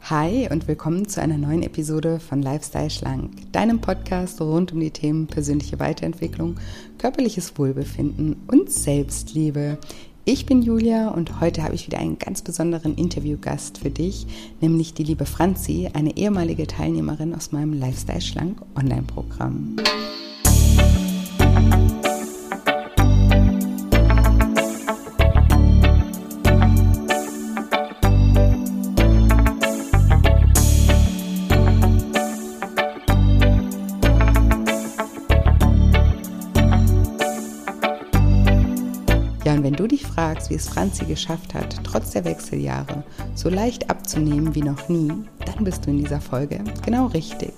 Hi und willkommen zu einer neuen Episode von Lifestyle Schlank, deinem Podcast rund um die Themen persönliche Weiterentwicklung, körperliches Wohlbefinden und Selbstliebe. Ich bin Julia und heute habe ich wieder einen ganz besonderen Interviewgast für dich, nämlich die liebe Franzi, eine ehemalige Teilnehmerin aus meinem Lifestyle Schlank Online-Programm. Ja, und wenn du dich fragst, wie es Franzi geschafft hat, trotz der Wechseljahre so leicht abzunehmen wie noch nie, dann bist du in dieser Folge genau richtig.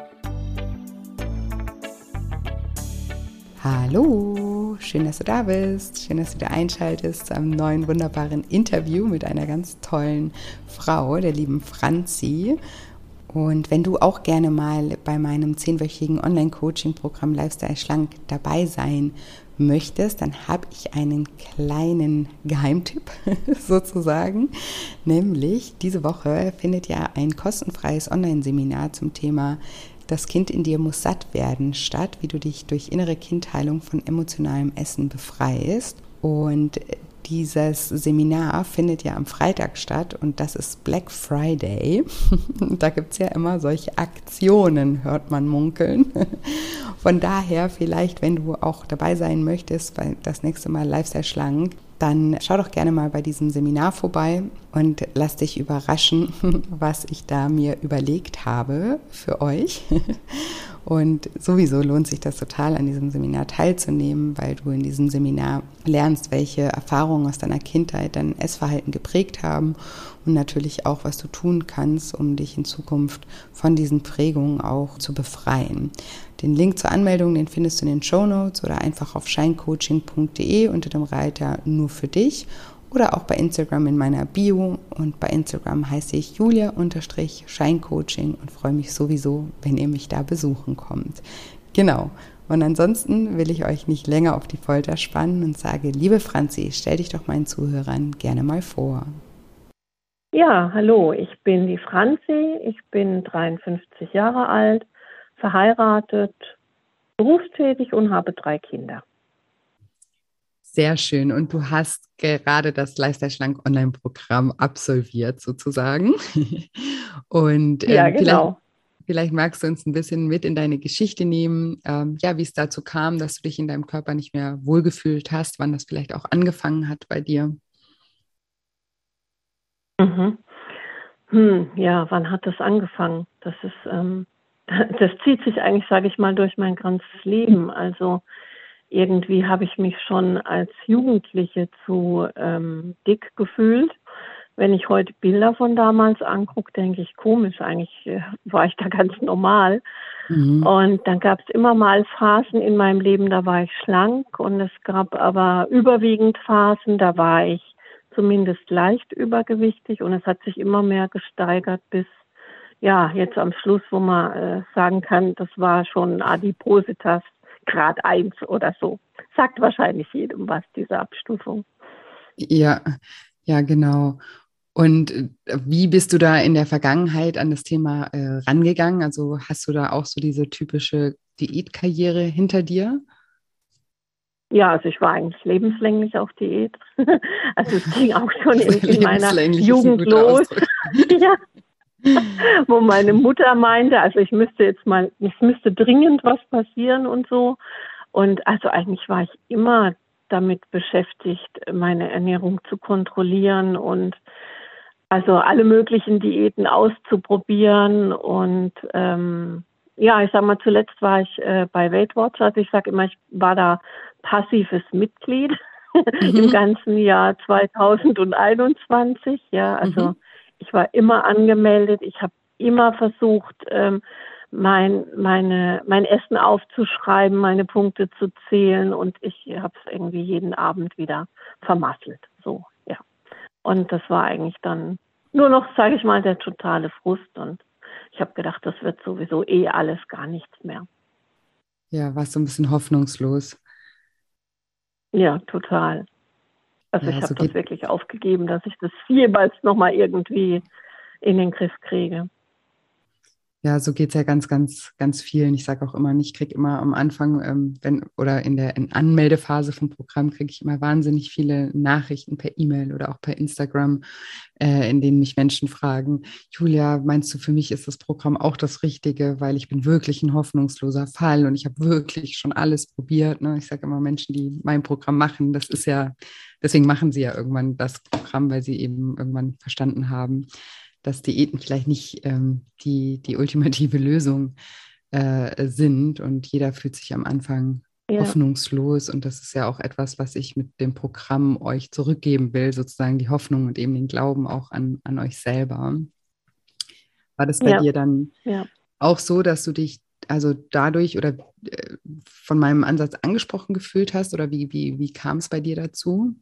Hallo, schön, dass du da bist, schön, dass du wieder einschaltest zu einem neuen wunderbaren Interview mit einer ganz tollen Frau, der lieben Franzi. Und wenn du auch gerne mal bei meinem 10-wöchigen Online-Coaching-Programm Lifestyle Schlank dabei sein möchtest, dann habe ich einen kleinen Geheimtipp sozusagen, nämlich diese Woche findet ja ein kostenfreies Online-Seminar zum Thema Das Kind in dir muss satt werden statt, wie du dich durch innere Kindheilung von emotionalem Essen befreist. Und dieses Seminar findet ja am Freitag statt und das ist Black Friday. Da gibt es ja immer solche Aktionen, hört man munkeln. Von daher vielleicht, wenn du auch dabei sein möchtest, bei das nächste Mal Lifestyle Schlank, dann schau doch gerne mal bei diesem Seminar vorbei und lass dich überraschen, was ich da mir überlegt habe für euch. Und sowieso lohnt sich das total, an diesem Seminar teilzunehmen, weil du in diesem Seminar lernst, welche Erfahrungen aus deiner Kindheit dein Essverhalten geprägt haben und natürlich auch, was du tun kannst, um dich in Zukunft von diesen Prägungen auch zu befreien. Den Link zur Anmeldung, den findest du in den Shownotes oder einfach auf shinecoaching.de unter dem Reiter Nur für dich oder auch bei Instagram in meiner Bio. Und bei Instagram heiße ich Julia_Shinecoaching und freue mich sowieso, wenn ihr mich da besuchen kommt. Genau. Und ansonsten will ich euch nicht länger auf die Folter spannen und sage, liebe Franzi, stell dich doch meinen Zuhörern gerne mal vor. Ja, hallo, ich bin die Franzi, ich bin 53 Jahre alt, verheiratet, berufstätig und habe 3 Kinder. Sehr schön. Und du hast gerade das Lifestyle Schlank Online-Programm absolviert sozusagen. Und Ja, genau. vielleicht magst du uns ein bisschen mit in deine Geschichte nehmen, wie es dazu kam, dass du dich in deinem Körper nicht mehr wohlgefühlt hast, wann das vielleicht auch angefangen hat bei dir. Mhm. Ja, wann hat das angefangen? Das ist, das zieht sich eigentlich, sage ich mal, durch mein ganzes Leben. Also irgendwie habe ich mich schon als Jugendliche zu dick gefühlt. Wenn ich heute Bilder von damals angucke, denke ich, komisch, eigentlich war ich da ganz normal. Mhm. Und dann gab es immer mal Phasen in meinem Leben, da war ich schlank und es gab aber überwiegend Phasen, da war ich zumindest leicht übergewichtig und es hat sich immer mehr gesteigert bis, ja, jetzt am Schluss, wo man sagen kann, das war schon Adipositas Grad 1 oder so. Sagt wahrscheinlich jedem was, diese Abstufung. Ja, ja, genau. Und wie bist du da in der Vergangenheit an das Thema rangegangen? Also hast du da auch so diese typische Diätkarriere hinter dir? Ja, also ich war eigentlich lebenslänglich auf Diät. Also es ging auch schon in meiner Lebenslänglich ist ein Jugend guter los. Ausdruck. Ja, wo meine Mutter meinte, also es müsste dringend was passieren und so. Und also eigentlich war ich immer damit beschäftigt, meine Ernährung zu kontrollieren und also alle möglichen Diäten auszuprobieren. Und ja, ich sag mal, zuletzt war ich bei Weight Watchers. Also ich sage immer, ich war da passives Mitglied im Mhm. ganzen Jahr 2021. Ja, also ich war immer angemeldet. Ich habe immer versucht, mein Essen aufzuschreiben, meine Punkte zu zählen und ich habe es irgendwie jeden Abend wieder vermasselt. So, ja. Und das war eigentlich dann nur noch, sage ich mal, der totale Frust und ich habe gedacht, das wird sowieso alles gar nichts mehr. Ja, warst so ein bisschen hoffnungslos. Ja, total. Also Ja, ich so habe das geht. wirklich aufgegeben, dass ich das jemals nochmal irgendwie in den Griff kriege. Ja, so geht's ja ganz, ganz, ganz vielen. Ich sage auch immer, ich kriege immer am Anfang, oder in der Anmeldephase vom Programm kriege ich immer wahnsinnig viele Nachrichten per E-Mail oder auch per Instagram, in denen mich Menschen fragen, Julia, meinst du, für mich ist das Programm auch das Richtige, weil ich bin wirklich ein hoffnungsloser Fall und ich habe wirklich schon alles probiert. Ne? Ich sage immer, Menschen, die mein Programm machen, das ist ja, deswegen machen sie ja irgendwann das Programm, weil sie eben irgendwann verstanden haben, dass Diäten vielleicht nicht die ultimative Lösung sind und jeder fühlt sich am Anfang Ja, hoffnungslos und das ist ja auch etwas, was ich mit dem Programm euch zurückgeben will, sozusagen die Hoffnung und eben den Glauben auch an euch selber. War das bei ja, dir dann ja. auch so, dass du dich also dadurch oder von meinem Ansatz angesprochen gefühlt hast oder wie kam es bei dir dazu?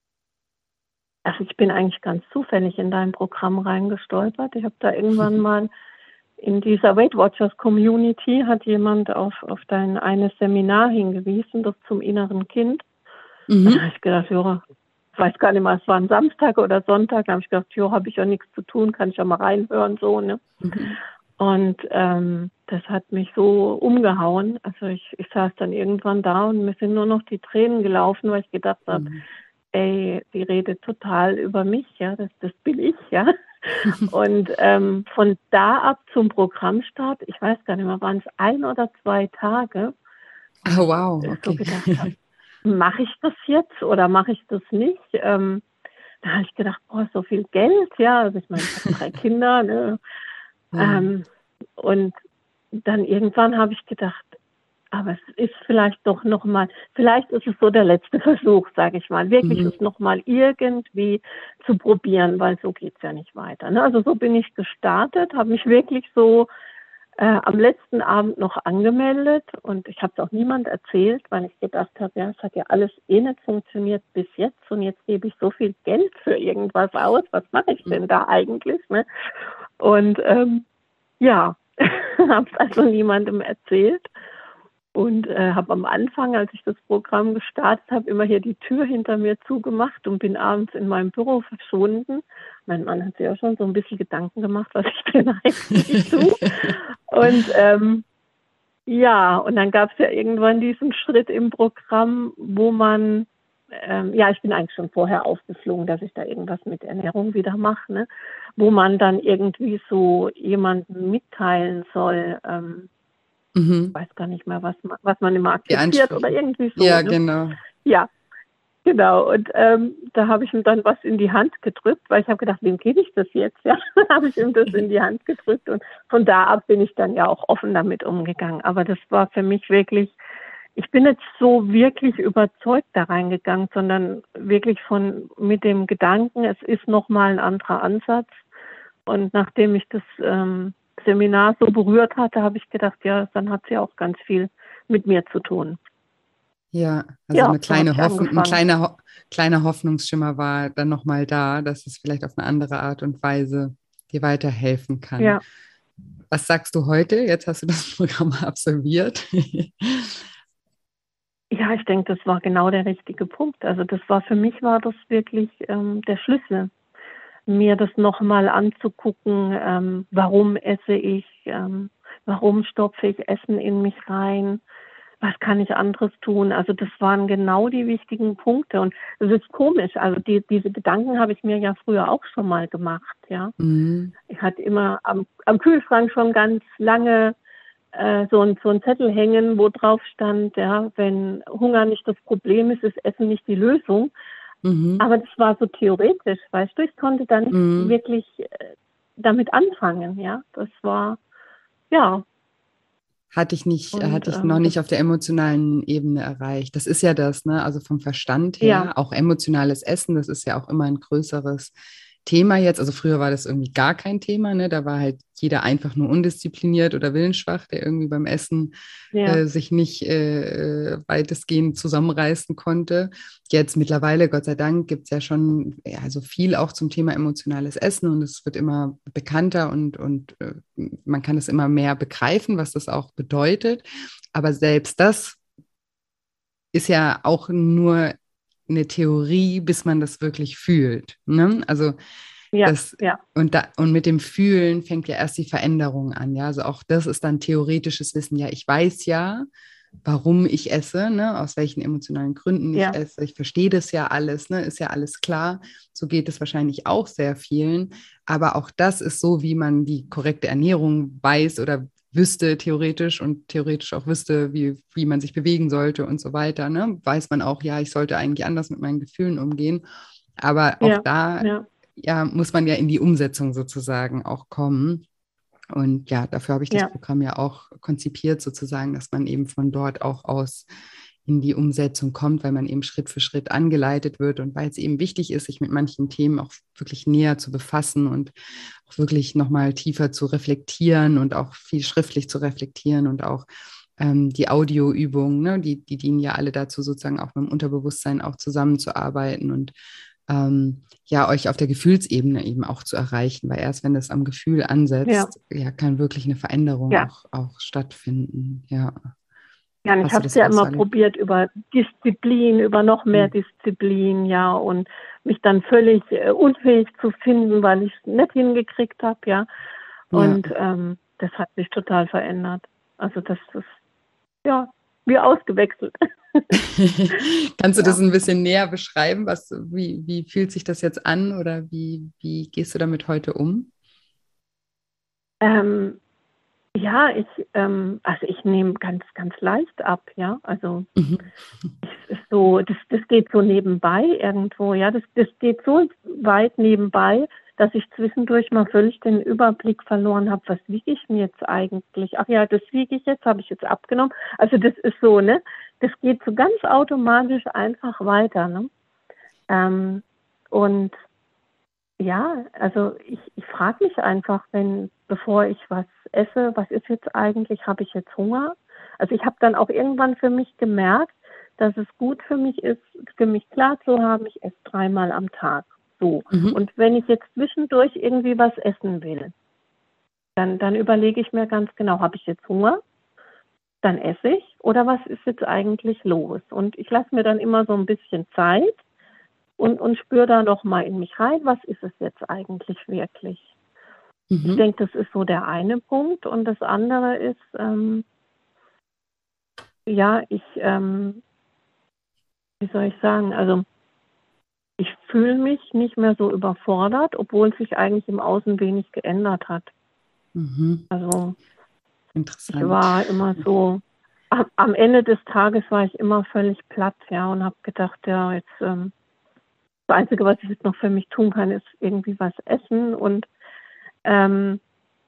Also ich bin eigentlich ganz zufällig in dein Programm reingestolpert. Ich habe da irgendwann mal in dieser Weight Watchers Community hat jemand auf dein eines Seminar hingewiesen, das zum inneren Kind. Und da habe Mhm. ich gedacht, ja, ich weiß gar nicht mal, es war ein Samstag oder Sonntag, da habe ich gedacht, ja, habe ich ja nichts zu tun, kann ich ja mal reinhören, so, ne? Mhm. Und das hat mich so umgehauen. Also ich saß dann irgendwann da und mir sind nur noch die Tränen gelaufen, weil ich gedacht habe, Mhm. ey, die redet total über mich, ja, das bin ich, ja. Und von da ab zum Programmstart, ich weiß gar nicht mehr, waren es 1 oder 2 Tage, wo Oh, ich wow, so okay. gedacht habe, mache ich das jetzt oder mache ich das nicht? Da habe ich gedacht, boah, so viel Geld, ja. Also ich meine, ich habe 3 Kinder, ne? Ja. Ähm, und dann irgendwann habe ich gedacht, aber es ist vielleicht doch nochmal, vielleicht ist es so der letzte Versuch, sage ich mal, wirklich Mhm. es nochmal irgendwie zu probieren, weil so geht's ja nicht weiter. Ne? Also so bin ich gestartet, habe mich wirklich so am letzten Abend noch angemeldet und ich habe es auch niemand erzählt, weil ich gedacht habe, ja, es hat ja alles eh nicht funktioniert bis jetzt und jetzt gebe ich so viel Geld für irgendwas aus, was mache ich denn da eigentlich? Ne? Und ja, habe es also niemandem erzählt. Und habe am Anfang, als ich das Programm gestartet habe, immer hier die Tür hinter mir zugemacht und bin abends in meinem Büro verschwunden. Mein Mann hat sich ja schon so ein bisschen Gedanken gemacht, was ich denn eigentlich tue. Und ja, und dann gab es ja irgendwann diesen Schritt im Programm, wo man, ja, ich bin eigentlich schon vorher aufgeflogen, dass ich da irgendwas mit Ernährung wieder mache, ne? Wo man dann irgendwie so jemandem mitteilen soll, Mhm. weiß gar nicht mehr, was man immer Die akzeptiert oder Ansprüche. irgendwie so. Ja, Ne? genau. Ja, genau. Und da habe ich ihm dann was in die Hand gedrückt, weil ich habe gedacht, wem gebe ich das jetzt? Ja, habe ich ihm das in die Hand gedrückt und von da ab bin ich dann ja auch offen damit umgegangen. Aber das war für mich wirklich, ich bin jetzt so wirklich überzeugt da reingegangen, sondern wirklich mit dem Gedanken, es ist nochmal ein anderer Ansatz. Und nachdem ich das Seminar so berührt hatte, habe ich gedacht, ja, dann hat sie auch ganz viel mit mir zu tun. Ja, also Ja, eine so habe kleine ich Hoffnung, ein angefangen. kleiner Hoffnungsschimmer war dann nochmal da, dass es vielleicht auf eine andere Art und Weise dir weiterhelfen kann. Ja, Was sagst du heute? Jetzt hast du das Programm absolviert. ja, ich denke, das war genau der richtige Punkt. Also das war für mich war das wirklich der Schlüssel, mir das nochmal anzugucken, warum esse ich, warum stopfe ich Essen in mich rein, was kann ich anderes tun? Also das waren genau die wichtigen Punkte. Und es ist komisch, also diese Gedanken habe ich mir ja früher auch schon mal gemacht, ja. Mhm. Ich hatte immer am Kühlschrank schon ganz lange so ein Zettel hängen, wo drauf stand, ja, wenn Hunger nicht das Problem ist, ist Essen nicht die Lösung. Mhm. Aber das war so theoretisch, weißt du, ich konnte da nicht Mhm. wirklich damit anfangen, ja. Das war, ja, und Hatte ich noch das, nicht auf der emotionalen Ebene erreicht. Das ist ja das, ne? Also vom Verstand ja, her, auch emotionales Essen, das ist ja auch immer ein größeres Thema jetzt. Also früher war das irgendwie gar kein Thema, ne? Da war halt jeder einfach nur undiszipliniert oder willensschwach, der irgendwie beim Essen ja, sich nicht weitestgehend zusammenreißen konnte. Jetzt mittlerweile, Gott sei Dank, gibt es ja schon ja, also viel auch zum Thema emotionales Essen und es wird immer bekannter und man kann es immer mehr begreifen, was das auch bedeutet. Aber selbst das ist ja auch nur eine Theorie, bis man das wirklich fühlt. Ne? Also Ja, Das, ja, und mit dem Fühlen fängt ja erst die Veränderung an. Ja, also auch das ist dann theoretisches Wissen. Ja, ich weiß ja, warum ich esse, ne, aus welchen emotionalen Gründen ich ja, esse. Ich verstehe das ja alles, ne, ist ja alles klar. So geht es wahrscheinlich auch sehr vielen. Aber auch das ist so, wie man die korrekte Ernährung weiß oder wüsste theoretisch und theoretisch auch wüsste, wie man sich bewegen sollte und so weiter. Ne? Weiß man auch, ja, ich sollte eigentlich anders mit meinen Gefühlen umgehen. Aber auch ja, da ja, ja, muss man ja in die Umsetzung sozusagen auch kommen. Und ja, dafür habe ich das ja, Programm ja auch konzipiert, sozusagen, dass man eben von dort auch aus in die Umsetzung kommt, weil man eben Schritt für Schritt angeleitet wird und weil es eben wichtig ist, sich mit manchen Themen auch wirklich näher zu befassen und auch wirklich nochmal tiefer zu reflektieren und auch viel schriftlich zu reflektieren und auch die Audioübungen, ne, die dienen ja alle dazu, sozusagen auch mit dem Unterbewusstsein auch zusammenzuarbeiten und ja, euch auf der Gefühlsebene eben auch zu erreichen, weil erst wenn das am Gefühl ja, ansetzt, ja, kann wirklich eine Veränderung ja. auch stattfinden. Ja, Ja, und ich hast du habe es das ja auch so immer erlebt? probiert über Disziplin, über noch mehr Mhm. Disziplin, ja, und mich dann völlig unfähig zu finden, weil ich es nicht hingekriegt habe, ja. Ja. Und das hat sich total verändert. Also das ist, ja, wie ausgewechselt. Kannst du das Ja. ein bisschen näher beschreiben? Wie fühlt sich das jetzt an oder wie gehst du damit heute um? Ähm, ja, also ich nehme ganz, ganz leicht ab, ja. Also Mhm. es ist so, das geht so nebenbei irgendwo, ja. Das geht so weit nebenbei, dass ich zwischendurch mal völlig den Überblick verloren habe, was wiege ich denn jetzt eigentlich? Ach ja, das wiege ich jetzt, habe ich jetzt abgenommen. Also das ist so, ne? Das geht so ganz automatisch einfach weiter, ne? Ähm, und ja, also ich frage mich einfach, bevor ich was esse, was ist jetzt eigentlich, habe ich jetzt Hunger? Also ich habe dann auch irgendwann für mich gemerkt, dass es gut für mich ist, für mich klar zu haben, ich esse 3-mal am Tag. So. Mhm. Und wenn ich jetzt zwischendurch irgendwie was essen will, dann überlege ich mir ganz genau, habe ich jetzt Hunger? Dann esse ich oder was ist jetzt eigentlich los? Und ich lasse mir dann immer so ein bisschen Zeit und spüre da noch mal in mich rein, was ist es jetzt eigentlich wirklich? Ich Mhm. denke, das ist so der eine Punkt. Und das andere ist, ja, wie soll ich sagen, also ich fühle mich nicht mehr so überfordert, obwohl sich eigentlich im Außen wenig geändert hat. Mhm. Also ich Interessant. war immer so, am Ende des Tages war ich immer völlig platt, ja, und habe gedacht, ja, jetzt das Einzige, was ich jetzt noch für mich tun kann, ist irgendwie was essen. Und ähm,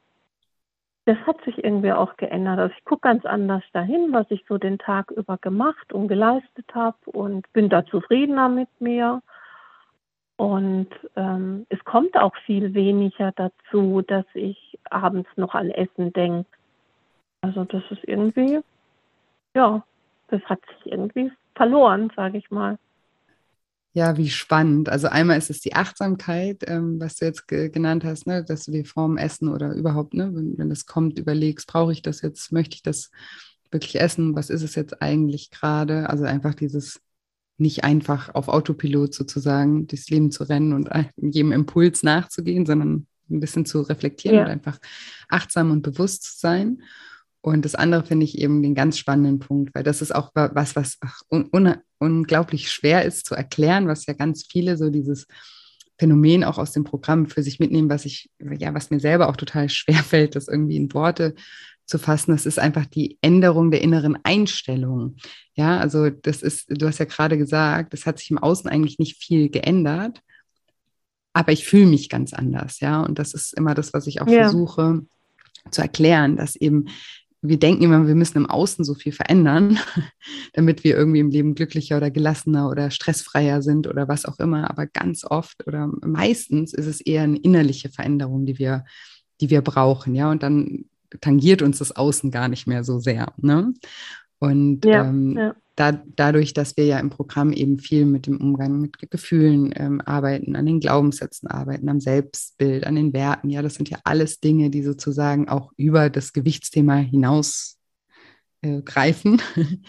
das hat sich irgendwie auch geändert. Also ich gucke ganz anders dahin, was ich so den Tag über gemacht und geleistet habe und bin da zufriedener mit mir. Und es kommt auch viel weniger dazu, dass ich abends noch an Essen denke. Also das ist irgendwie, ja, das hat sich irgendwie verloren, sage ich mal. Ja, wie spannend. Also einmal ist es die Achtsamkeit, was du jetzt genannt hast, ne, dass du dir vorm Essen oder überhaupt, ne, wenn das kommt, überlegst, brauche ich das jetzt, möchte ich das wirklich essen, was ist es jetzt eigentlich gerade? Also einfach dieses nicht einfach auf Autopilot sozusagen durchs Leben zu rennen und jedem Impuls nachzugehen, sondern ein bisschen zu reflektieren und Ja, einfach achtsam und bewusst zu sein. Und das andere finde ich eben den ganz spannenden Punkt, weil das ist auch was unglaublich schwer ist zu erklären, was ja ganz viele so dieses Phänomen auch aus dem Programm für sich mitnehmen, was mir selber auch total schwer fällt, das irgendwie in Worte zu fassen. Das ist einfach die Änderung der inneren Einstellung. Ja, also das ist, du hast ja gerade gesagt, das hat sich im Außen eigentlich nicht viel geändert, aber ich fühle mich ganz anders, ja. Und das ist immer das, was ich auch ja, versuche zu erklären, dass eben wir denken immer, wir müssen im Außen so viel verändern, damit wir irgendwie im Leben glücklicher oder gelassener oder stressfreier sind oder was auch immer. Aber ganz oft oder meistens ist es eher eine innerliche Veränderung, die wir brauchen, ja. Und dann tangiert uns das Außen gar nicht mehr so sehr, ne? Und ja, ja, dadurch, dass wir ja im Programm eben viel mit dem Umgang mit Gefühlen arbeiten, an den Glaubenssätzen arbeiten, am Selbstbild, an den Werten, ja, das sind ja alles Dinge, die sozusagen auch über das Gewichtsthema hinaus greifen.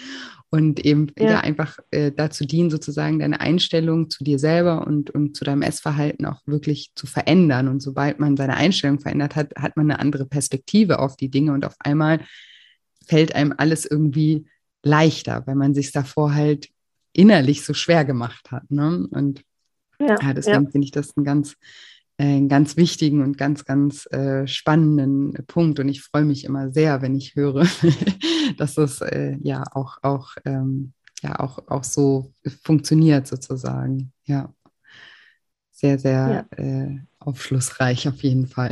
und eben ja einfach dazu dienen, sozusagen deine Einstellung zu dir selber und zu deinem Essverhalten auch wirklich zu verändern. Und sobald man seine Einstellung verändert hat, hat man eine andere Perspektive auf die Dinge und auf einmal fällt einem alles irgendwie leichter, weil man sich davor halt innerlich so schwer gemacht hat. Ne? Und ja, deswegen finde ich das einen ganz wichtigen und ganz spannenden Punkt. Und ich freue mich immer sehr, wenn ich höre, dass das auch so funktioniert sozusagen. Ja, sehr aufschlussreich auf jeden Fall.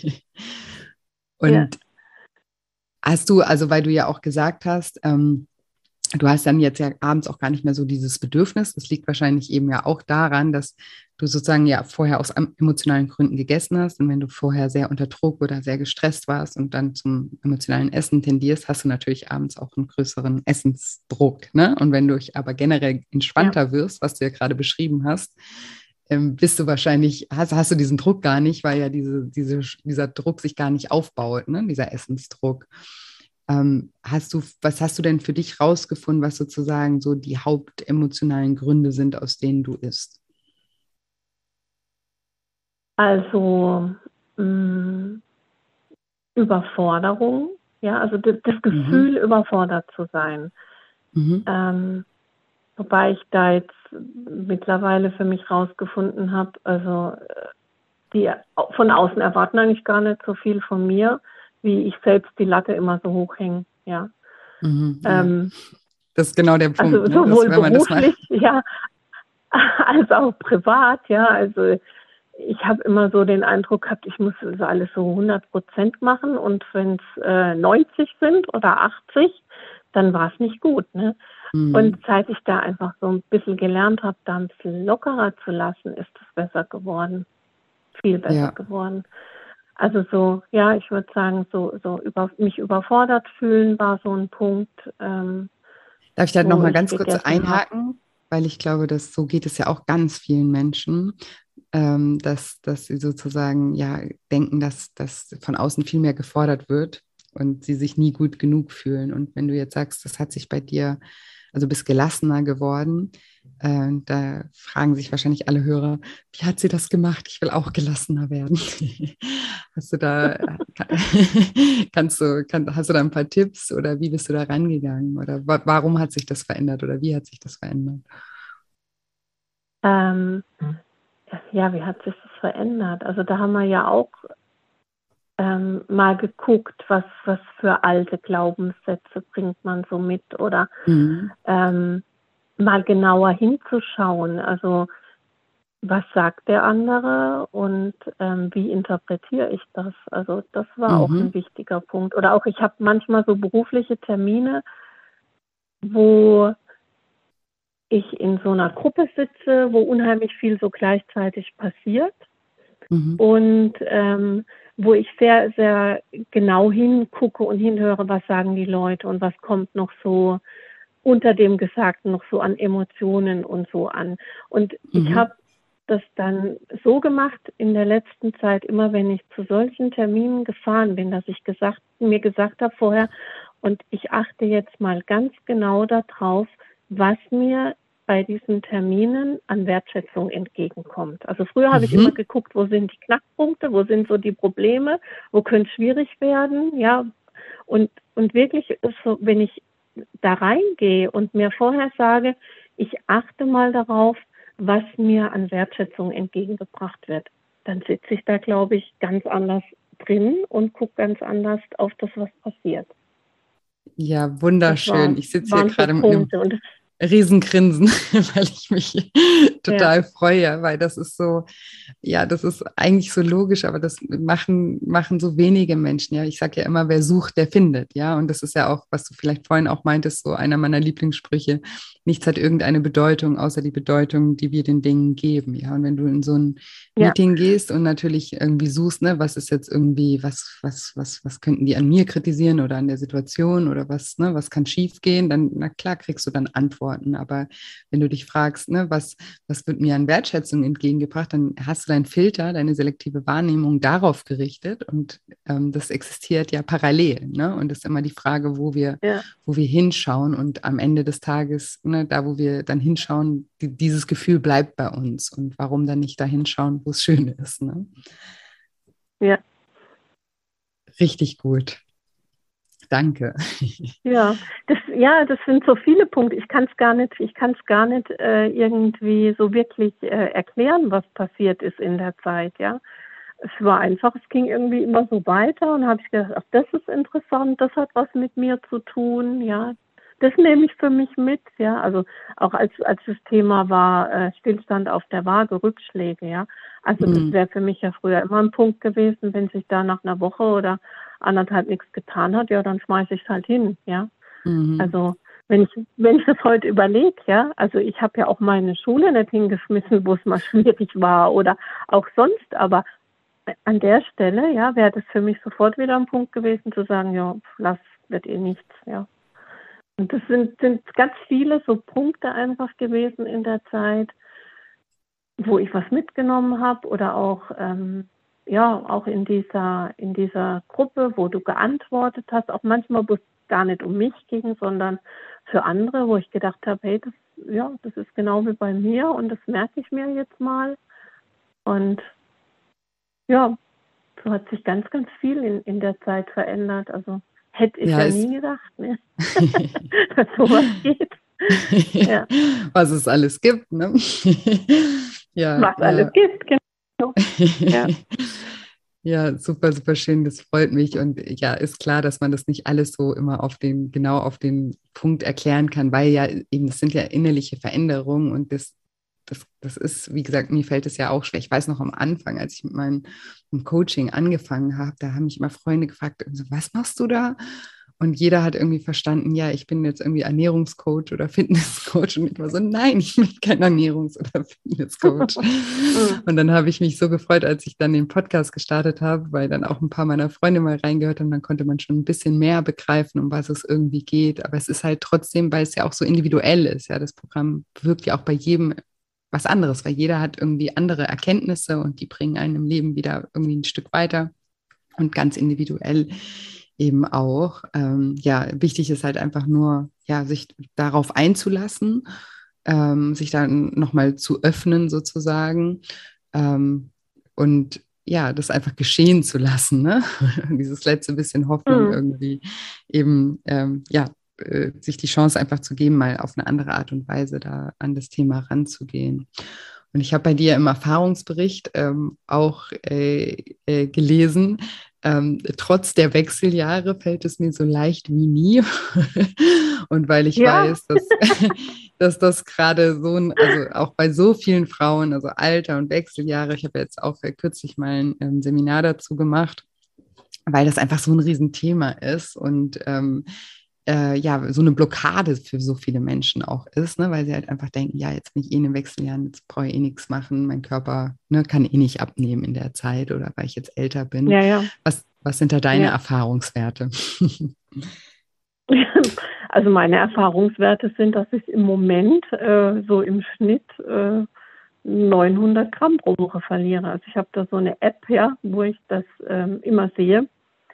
Und hast du, also weil du ja auch gesagt hast, du hast dann jetzt ja abends auch gar nicht mehr so dieses Bedürfnis. Das liegt wahrscheinlich eben ja auch daran, dass du sozusagen ja vorher aus emotionalen Gründen gegessen hast. Und wenn du vorher sehr unter Druck oder sehr gestresst warst und dann zum emotionalen Essen tendierst, hast du natürlich abends auch einen größeren Essensdruck. Ne? Und wenn du aber generell entspannter wirst, was du ja gerade beschrieben hast, bist du wahrscheinlich, hast du diesen Druck gar nicht, weil ja dieser Druck sich gar nicht aufbaut, ne? Dieser Essensdruck. Was hast du denn für dich rausgefunden, was sozusagen so die hauptemotionalen Gründe sind, aus denen du isst? Also Überforderung, ja, also das Gefühl, überfordert zu sein. Wobei ich da jetzt mittlerweile für mich rausgefunden habe, also die von außen erwarten eigentlich gar nicht so viel von mir, wie ich selbst die Latte immer so hoch hänge, ja. Das ist genau der Punkt. Also sowohl beruflich, ja, als auch privat, ja. Also ich habe immer so den Eindruck gehabt, ich muss das alles so 100% machen und wenn es 90 sind oder 80, dann war es nicht gut, ne? Und seit ich da einfach so ein bisschen gelernt habe, da ein bisschen lockerer zu lassen, ist es besser geworden. Viel besser geworden. Also so, ja, ich würde sagen, mich überfordert fühlen war so ein Punkt. Darf ich da nochmal ganz kurz einhaken? Weil ich glaube, dass so geht es ja auch ganz vielen Menschen, dass sie sozusagen ja denken, dass von außen viel mehr gefordert wird und sie sich nie gut genug fühlen. Und wenn du jetzt sagst, das hat sich bei dir, also bist gelassener geworden, da fragen sich wahrscheinlich alle Hörer, wie hat sie das gemacht? Ich will auch gelassener werden. Hast du da, hast du da ein paar Tipps oder wie bist du da rangegangen? Oder warum hat sich das verändert oder wie hat sich das verändert? Ja, wie hat sich das verändert? Also da haben wir ja auch mal geguckt, was für alte Glaubenssätze bringt man so mit oder mal genauer hinzuschauen. Also was sagt der andere und wie interpretiere ich das? Also das war auch ein wichtiger Punkt. Oder auch ich habe manchmal so berufliche Termine, wo ich in so einer Gruppe sitze, wo unheimlich viel so gleichzeitig passiert und wo ich sehr, sehr genau hingucke und hinhöre, was sagen die Leute und was kommt noch so unter dem Gesagten noch so an Emotionen und so an. Und ich habe das dann so gemacht in der letzten Zeit, immer wenn ich zu solchen Terminen gefahren bin, dass ich mir gesagt habe vorher, und ich achte jetzt mal ganz genau darauf, was mir bei diesen Terminen an Wertschätzung entgegenkommt. Also früher habe ich immer geguckt, wo sind die Knackpunkte, wo sind so die Probleme, wo könnte es schwierig werden, ja. Und wirklich ist so, wenn ich da reingehe und mir vorher sage, ich achte mal darauf, was mir an Wertschätzung entgegengebracht wird, dann sitze ich da, glaube ich, ganz anders drin und gucke ganz anders auf das, was passiert. Ja, wunderschön. Ich sitze hier gerade mit einem Riesengrinsen, weil ich mich total freue, weil das ist so, ja, das ist eigentlich so logisch, aber das machen so wenige Menschen. Ja, ich sage ja immer, wer sucht, der findet. Ja, und das ist ja auch, was du vielleicht vorhin auch meintest, so einer meiner Lieblingssprüche. Nichts hat irgendeine Bedeutung, außer die Bedeutung, die wir den Dingen geben. Ja, und wenn du in so ein Meeting gehst und natürlich irgendwie suchst, ne, was ist jetzt irgendwie, was könnten die an mir kritisieren oder an der Situation oder was kann schief gehen, dann, na klar, kriegst du dann Antworten beantworten. Aber wenn du dich fragst, ne, was wird mir an Wertschätzung entgegengebracht, dann hast du deinen Filter, deine selektive Wahrnehmung darauf gerichtet und das existiert ja parallel. Ne? Und das ist immer die Frage, wo wir hinschauen und am Ende des Tages, ne, da wo wir dann hinschauen, dieses Gefühl bleibt bei uns und warum dann nicht da hinschauen, wo es schön ist. Ne? Ja. Richtig gut. Danke. Ja, das sind so viele Punkte. Ich kann es gar nicht irgendwie so wirklich erklären, was passiert ist in der Zeit, ja. Es war einfach, es ging irgendwie immer so weiter und habe ich gedacht, ach, das ist interessant, das hat was mit mir zu tun, ja. Das nehme ich für mich mit, ja. Also auch als das Thema war Stillstand auf der Waage, Rückschläge, ja. Also das wäre für mich ja früher immer ein Punkt gewesen, wenn sich da nach einer Woche oder anderthalb nichts getan hat, ja, dann schmeiße ich es halt hin, ja. Also wenn ich das heute überlege, ja, also ich habe ja auch meine Schule nicht hingeschmissen, wo es mal schwierig war oder auch sonst, aber an der Stelle, ja, wäre das für mich sofort wieder ein Punkt gewesen, zu sagen, ja, wird eh nichts, ja. Und das sind ganz viele so Punkte einfach gewesen in der Zeit, wo ich was mitgenommen habe oder auch, auch in dieser Gruppe, wo du geantwortet hast, auch manchmal, wo es gar nicht um mich ging, sondern für andere, wo ich gedacht habe, hey, das ist genau wie bei mir und das merke ich mir jetzt mal. Und ja, so hat sich ganz, ganz viel in der Zeit verändert. Also hätte ich ja nie gedacht, ne? Dass sowas geht. Ja. Was es alles gibt, ne? Was alles gibt, genau. Ja. Ja, super, super schön, das freut mich. Und ja, ist klar, dass man das nicht alles so immer genau auf den Punkt erklären kann, weil ja eben, das sind ja innerliche Veränderungen und das ist, wie gesagt, mir fällt es ja auch schwer. Ich weiß noch am Anfang, als ich mit meinem Coaching angefangen habe, da haben mich immer Freunde gefragt, so, was machst du da? Und jeder hat irgendwie verstanden, ja, ich bin jetzt irgendwie Ernährungscoach oder Fitnesscoach. Und ich war so, nein, ich bin kein Ernährungs- oder Fitnesscoach. Und dann habe ich mich so gefreut, als ich dann den Podcast gestartet habe, weil dann auch ein paar meiner Freunde mal reingehört haben. Dann konnte man schon ein bisschen mehr begreifen, um was es irgendwie geht. Aber es ist halt trotzdem, weil es ja auch so individuell ist. Ja, das Programm wirkt ja auch bei jedem was anderes, weil jeder hat irgendwie andere Erkenntnisse und die bringen einen im Leben wieder irgendwie ein Stück weiter und ganz individuell eben auch. Wichtig ist halt einfach nur, ja, sich darauf einzulassen, sich dann nochmal zu öffnen sozusagen und ja, das einfach geschehen zu lassen, ne? Dieses letzte bisschen Hoffnung irgendwie eben, sich die Chance einfach zu geben, mal auf eine andere Art und Weise da an das Thema ranzugehen. Und ich habe bei dir im Erfahrungsbericht auch gelesen, trotz der Wechseljahre fällt es mir so leicht wie nie. Und weil ich weiß, dass das gerade also auch bei so vielen Frauen, also Alter und Wechseljahre, ich habe jetzt auch kürzlich mal ein Seminar dazu gemacht, weil das einfach so ein Riesenthema ist und so eine Blockade für so viele Menschen auch ist, ne, weil sie halt einfach denken, ja, jetzt bin ich eh in den Wechseljahren, jetzt brauche ich eh nichts machen, mein Körper kann eh nicht abnehmen in der Zeit oder weil ich jetzt älter bin. Ja. Was sind da deine Erfahrungswerte? Also meine Erfahrungswerte sind, dass ich im Moment so im Schnitt 900 Gramm pro Woche verliere. Also ich habe da so eine App, ja, wo ich das immer sehe.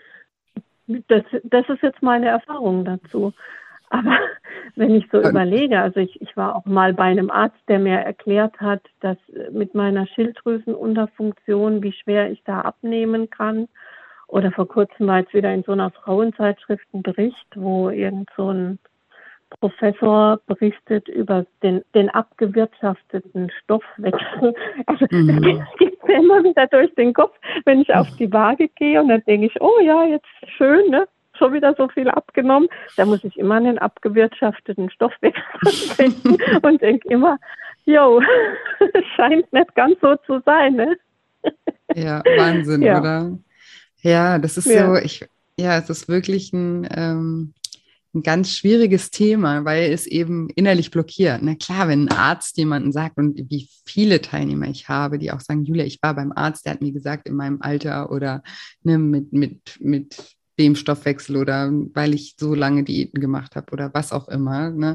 Das ist jetzt meine Erfahrung dazu. Aber wenn ich so überlege, also ich war auch mal bei einem Arzt, der mir erklärt hat, dass mit meiner Schilddrüsenunterfunktion, wie schwer ich da abnehmen kann. Oder vor kurzem war jetzt wieder in so einer Frauenzeitschrift ein Bericht, wo irgend so ein Professor berichtet über den abgewirtschafteten Stoffwechsel. Also das geht mir immer wieder durch den Kopf, wenn ich auf die Waage gehe und dann denke ich, oh ja, jetzt schön, ne? Schon wieder so viel abgenommen. Da muss ich immer an den abgewirtschafteten Stoffwechsel denken und denke immer, jo, es scheint nicht ganz so zu sein, ne? Ja, Wahnsinn, oder? Ja, das ist so, es ist wirklich ein ganz schwieriges Thema, weil es eben innerlich blockiert. Na klar, wenn ein Arzt jemanden sagt und wie viele Teilnehmer ich habe, die auch sagen, Julia, ich war beim Arzt, der hat mir gesagt, in meinem Alter oder ne, mit dem Stoffwechsel oder weil ich so lange Diäten gemacht habe oder was auch immer, ne?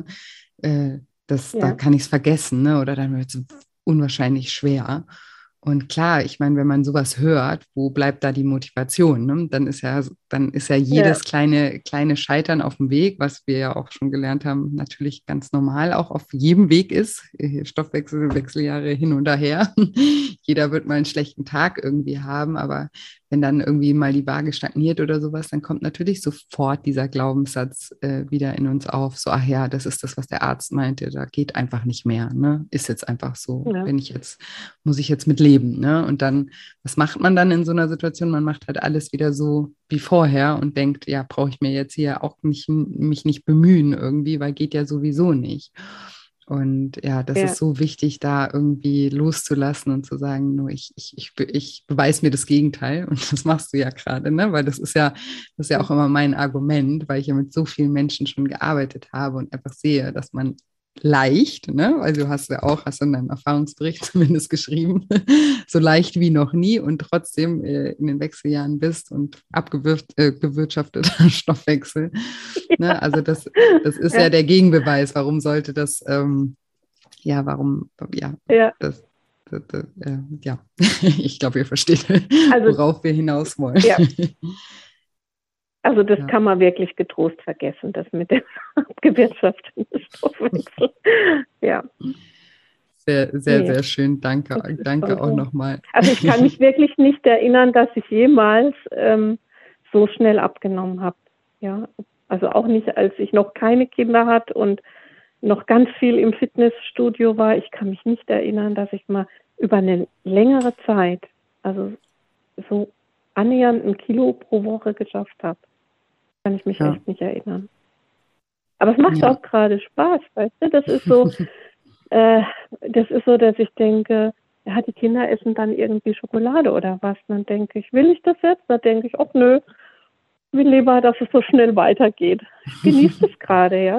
Da Ja, kann ich es vergessen, ne? Oder dann wird es unwahrscheinlich schwer. Und klar, ich meine, wenn man sowas hört, wo bleibt da die Motivation? Ne? Dann ist ja ja, jedes kleine Scheitern auf dem Weg, was wir ja auch schon gelernt haben, natürlich ganz normal auch auf jedem Weg ist. Stoffwechsel, Wechseljahre hin und her. Jeder wird mal einen schlechten Tag irgendwie haben, aber wenn dann irgendwie mal die Waage stagniert oder sowas, dann kommt natürlich sofort dieser Glaubenssatz wieder in uns auf. So, ach ja, das ist das, was der Arzt meinte, da geht einfach nicht mehr. Ne? Ist jetzt einfach so. ja, Muss ich jetzt mit leben. Ne? Und dann, was macht man dann in so einer Situation? Man macht halt alles wieder so wie vorher und denkt, ja, brauche ich mir jetzt hier auch mich nicht bemühen irgendwie, weil geht ja sowieso nicht. Und ja, das ist ja, so wichtig, da irgendwie loszulassen und zu sagen, nur ich beweise mir das Gegenteil. Und das machst du ja gerade, ne? Weil das ist ja auch immer mein Argument, weil ich ja mit so vielen Menschen schon gearbeitet habe und einfach sehe, dass man leicht, ne? Also du hast in deinem Erfahrungsbericht zumindest geschrieben, so leicht wie noch nie und trotzdem in den Wechseljahren bist und bewirtschafteter Stoffwechsel. Ne? Also das ist ja ja, der Gegenbeweis. Warum sollte das, warum, ja, ja. das, ja, ich glaube, ihr versteht, Also, worauf wir hinaus wollen. ja, also das Ja, kann man wirklich getrost vergessen, das mit dem gewirtschafteten Stoffwechsel. Ja, sehr, sehr, nee, sehr schön. Danke, das ist danke schon auch so. nochmal. Also ich kann mich wirklich nicht erinnern, dass ich jemals so schnell abgenommen habe. Ja, also auch nicht, als ich noch keine Kinder hatte und noch ganz viel im Fitnessstudio war. Ich kann mich nicht erinnern, dass ich mal über eine längere Zeit, also so annähernd 1 Kilo pro Woche geschafft habe. Kann ich mich Ja, echt nicht erinnern. Aber es macht ja. auch gerade Spaß, weißt du? Äh, das ist so, dass ich denke, ja, die Kinder essen dann irgendwie Schokolade oder was. Und dann denke ich, will ich das jetzt? Dann denke ich, ach nö, ich will lieber, dass es so schnell weitergeht. Ich genieße das gerade, ja.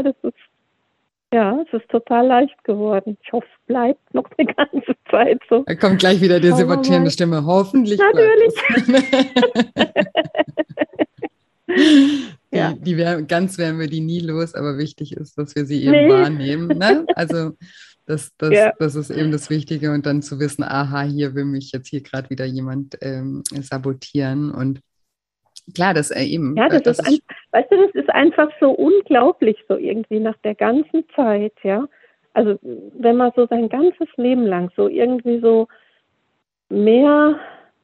Es ist total leicht geworden. Ich hoffe, es bleibt noch eine ganze Zeit so. Da kommt gleich wieder die Schauen wir sabotierende mal. Stimme. Hoffentlich bleibt Natürlich. es. Ja. Ganz werden wir die nie los, aber wichtig ist, dass wir sie eben Nee. wahrnehmen. Ne? Also Ja. das ist eben das Wichtige und dann zu wissen, aha, hier will mich jetzt hier gerade wieder jemand sabotieren. Und klar, Ja, das ist weißt du, das ist einfach so unglaublich, so irgendwie nach der ganzen Zeit, ja. Also, wenn man so sein ganzes Leben lang so irgendwie so mehr